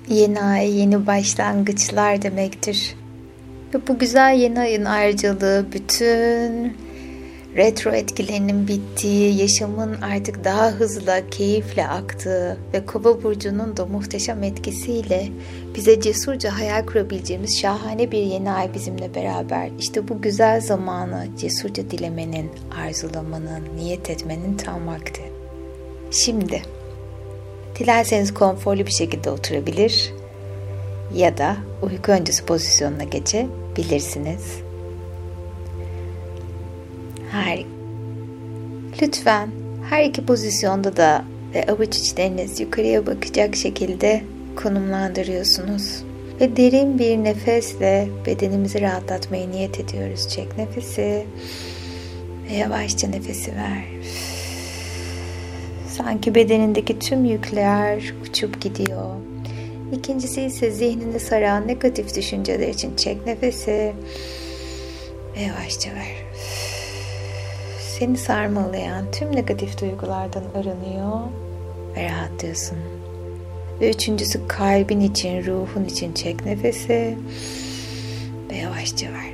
Yeni ay, yeni başlangıçlar demektir. Ve bu güzel yeni ayın ayrıcalığı bütün retro etkilerinin bittiği, yaşamın artık daha hızla, keyifle aktığı ve Kova burcunun da muhteşem etkisiyle bize cesurca hayal kurabileceğimiz şahane bir yeni ay bizimle beraber. İşte bu güzel zamanı cesurca dilemenin, arzulamanın, niyet etmenin tam vakti. Şimdi dilerseniz konforlu bir şekilde oturabilir ya da uyku öncesi pozisyonuna geçebilirsiniz. Harika. Lütfen her iki pozisyonda da avuç içleriniz yukarıya bakacak şekilde konumlandırıyorsunuz. Ve derin bir nefesle bedenimizi rahatlatmaya niyet ediyoruz. Çek nefesi ve yavaşça nefesi ver. Sanki bedenindeki tüm yükler uçup gidiyor. İkincisi ise zihnini saran negatif düşünceler için çek nefesi ve yavaşça ver. Seni sarmalayan tüm negatif duygulardan arınıyor ve rahatlıyorsun. Ve üçüncüsü kalbin için, ruhun için çek nefesi ve yavaşça ver.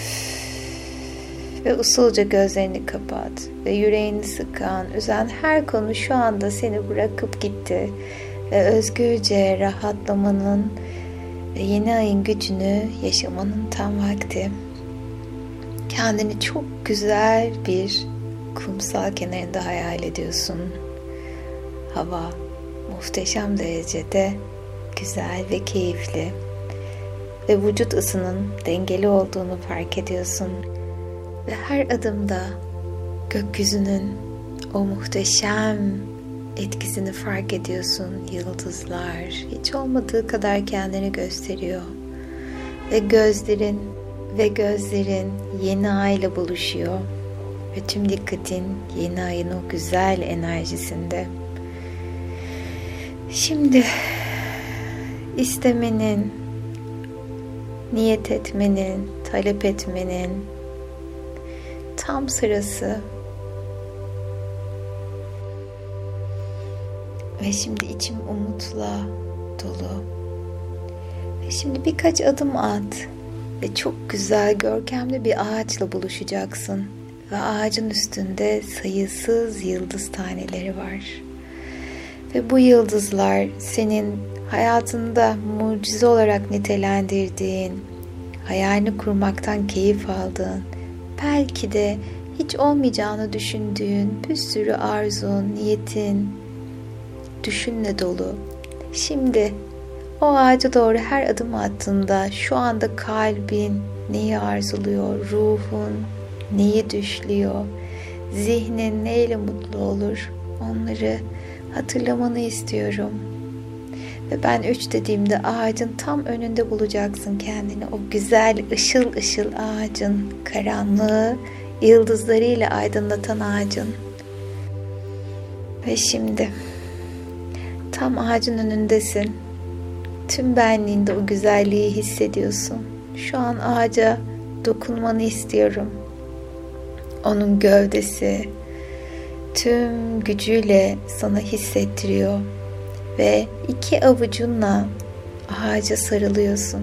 Ve usulca gözlerini kapat ve yüreğini sıkan, üzen her konu şu anda seni bırakıp gitti. Ve özgürce rahatlamanın ve yeni ayın gücünü yaşamanın tam vakti. Kendini çok güzel bir kumsal kenarında hayal ediyorsun. Hava muhteşem derecede güzel ve keyifli. Ve vücut ısının dengeli olduğunu fark ediyorsun. Ve her adımda gökyüzünün o muhteşem etkisini fark ediyorsun. Yıldızlar hiç olmadığı kadar kendini gösteriyor. Ve gözlerin yeni ay ile buluşuyor. Ve tüm dikkatin yeni ayın o güzel enerjisinde. Şimdi istemenin, niyet etmenin, talep etmenin tam sırası. Ve şimdi içim umutla dolu. Ve şimdi birkaç adım at. Ve çok güzel, görkemli bir ağaçla buluşacaksın. Ve ağacın üstünde sayısız yıldız taneleri var. Ve bu yıldızlar senin hayatında mucize olarak nitelendirdiğin, hayalini kurmaktan keyif aldığın, belki de hiç olmayacağını düşündüğün bir sürü arzun, niyetin, düşünle dolu. Şimdi o ağaca doğru her adım attığında şu anda kalbin neyi arzuluyor, ruhun neyi düşlüyor, zihnin neyle mutlu olur, onları hatırlamanı istiyorum. Ve ben 3 dediğimde ağacın tam önünde bulacaksın kendini. O güzel ışıl ışıl ağacın, karanlığı yıldızlarıyla aydınlatan ağacın. Ve şimdi tam ağacın önündesin. Tüm benliğinde o güzelliği hissediyorsun. Şu an ağaca dokunmanı istiyorum. Onun gövdesi tüm gücüyle sana hissettiriyor. Ve 2 avucunla ağaca sarılıyorsun.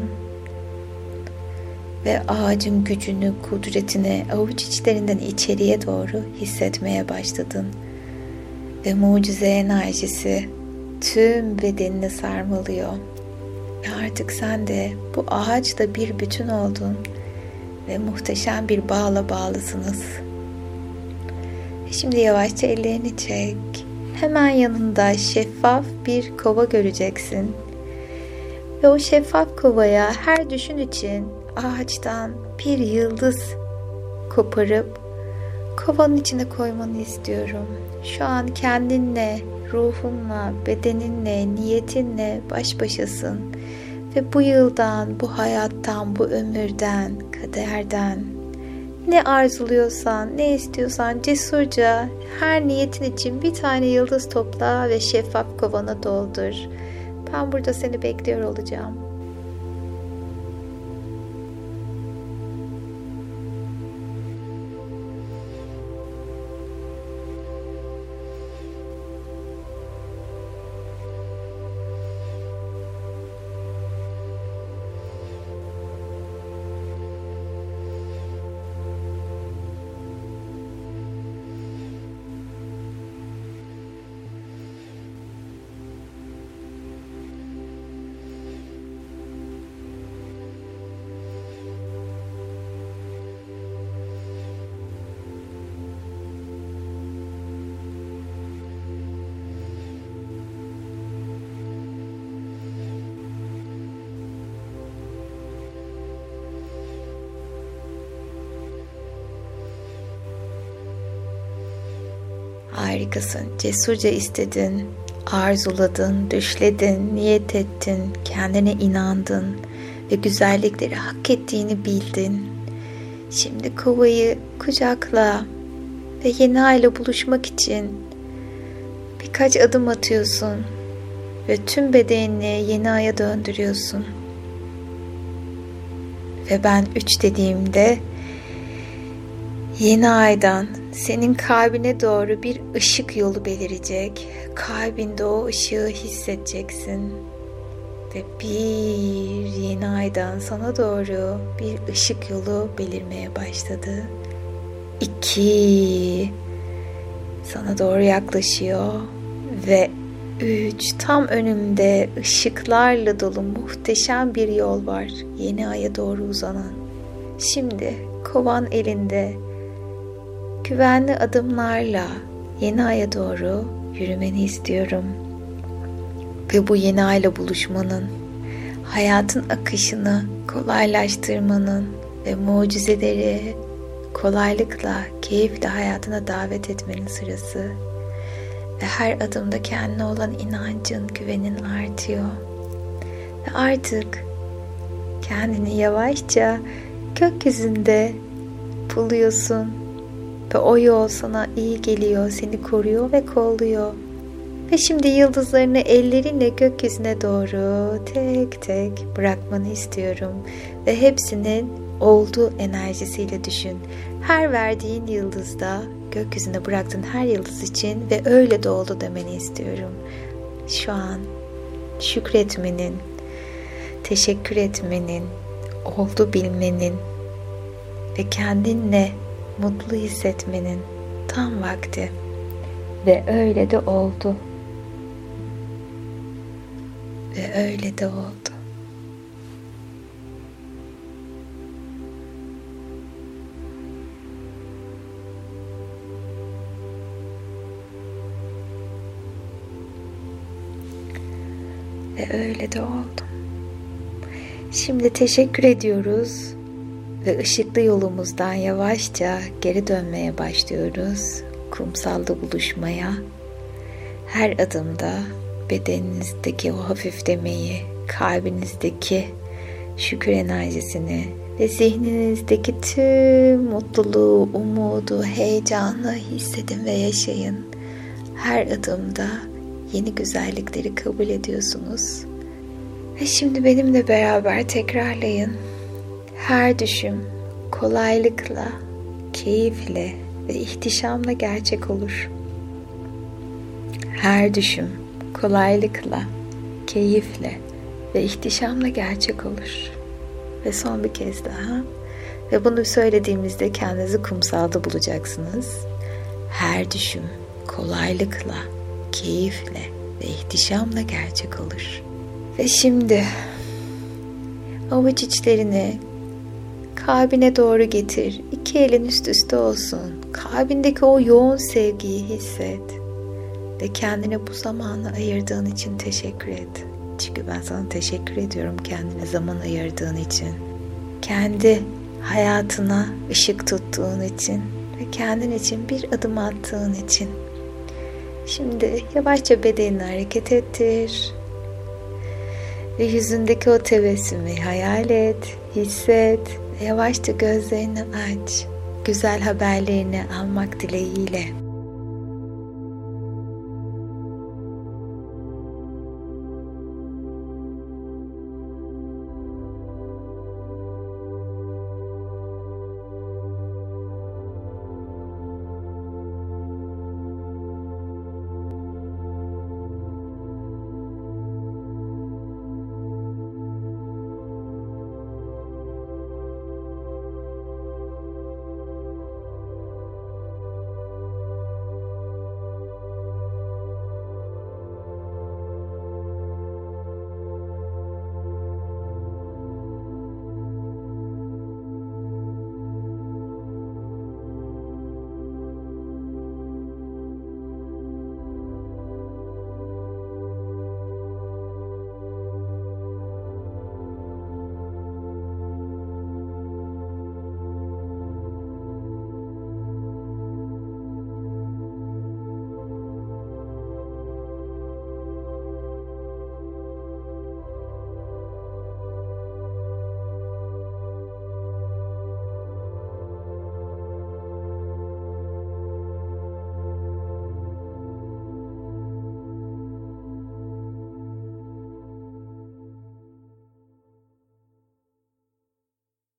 Ve ağacın gücünü, kudretini avuç içlerinden içeriye doğru hissetmeye başladın. Ve mucize enerjisi tüm bedenini sarmalıyor. Ve artık sen de bu ağaçla bir bütün oldun. Ve muhteşem bir bağla bağlısınız. Ve şimdi yavaşça ellerini çek. Hemen yanında şeffaf bir kova göreceksin. Ve o şeffaf kovaya her düşün için ağaçtan bir yıldız koparıp kovanın içine koymanı istiyorum. Şu an kendinle, ruhunla, bedeninle, niyetinle baş başasın. Ve bu yıldan, bu hayattan, bu ömürden, kaderden ne arzuluyorsan, ne istiyorsan cesurca her niyetin için bir tane yıldız topla ve şeffaf kovana doldur. Ben burada seni bekliyor olacağım. harikasın. Cesurca istedin, arzuladın, düşledin, niyet ettin, kendine inandın ve güzellikleri hak ettiğini bildin. Şimdi kovayı kucakla ve yeni ayla buluşmak için birkaç adım atıyorsun ve tüm bedenini yeni aya döndürüyorsun. Ve ben 3 dediğimde yeni aydan senin kalbine doğru bir ışık yolu belirecek. Kalbinde o ışığı hissedeceksin. Ve bir yeni aydan sana doğru bir ışık yolu belirmeye başladı. 2 sana doğru yaklaşıyor. Ve 3 tam önümde ışıklarla dolu muhteşem bir yol var. Yeni aya doğru uzanan. Şimdi kovan elinde. Güvenli adımlarla yeni aya doğru yürümeni istiyorum. Ve bu yeni ayla buluşmanın, hayatın akışını kolaylaştırmanın ve mucizeleri kolaylıkla, keyifle hayatına davet etmenin sırası. Ve her adımda kendine olan inancın, güvenin artıyor. Ve artık kendini yavaşça gökyüzünde buluyorsun. Ve o yol sana iyi geliyor, seni koruyor ve kolluyor. Ve şimdi yıldızlarını ellerinle gökyüzüne doğru tek tek bırakmanı istiyorum. Ve hepsinin olduğu enerjisiyle düşün. Her verdiğin yıldızda, gökyüzüne bıraktığın her yıldız için ve öyle de oldu demeni istiyorum. Şu an şükretmenin, teşekkür etmenin, oldu bilmenin ve kendinle mutlu hissetmenin tam vakti. Ve öyle de oldu. Ve öyle de oldu. Ve öyle de oldu. Şimdi teşekkür ediyoruz. Ve ışıklı yolumuzdan yavaşça geri dönmeye başlıyoruz. Kumsalda buluşmaya. Her adımda bedeninizdeki o hafiflemeyi, kalbinizdeki şükür enerjisini ve zihninizdeki tüm mutluluğu, umudu, heyecanı hissedin ve yaşayın. Her adımda yeni güzellikleri kabul ediyorsunuz. Ve şimdi benimle beraber tekrarlayın. Her düşüm kolaylıkla, keyifle ve ihtişamla gerçek olur. Her düşüm kolaylıkla, keyifle ve ihtişamla gerçek olur. Ve son bir kez daha. Ve bunu söylediğimizde kendinizi kumsalda bulacaksınız. Her düşüm kolaylıkla, keyifle ve ihtişamla gerçek olur. Ve şimdi avuç içlerini kalbine doğru getir. 2 elin üst üste olsun. Kalbindeki o yoğun sevgiyi hisset. Ve kendine bu zamanı ayırdığın için teşekkür et. Çünkü ben sana teşekkür ediyorum kendine zaman ayırdığın için. Kendi hayatına ışık tuttuğun için ve kendin için bir adım attığın için. Şimdi yavaşça bedenini hareket ettir. Ve yüzündeki o tebessümü hayal et, hisset ve yavaşça gözlerini aç. Güzel haberlerini almak dileğiyle.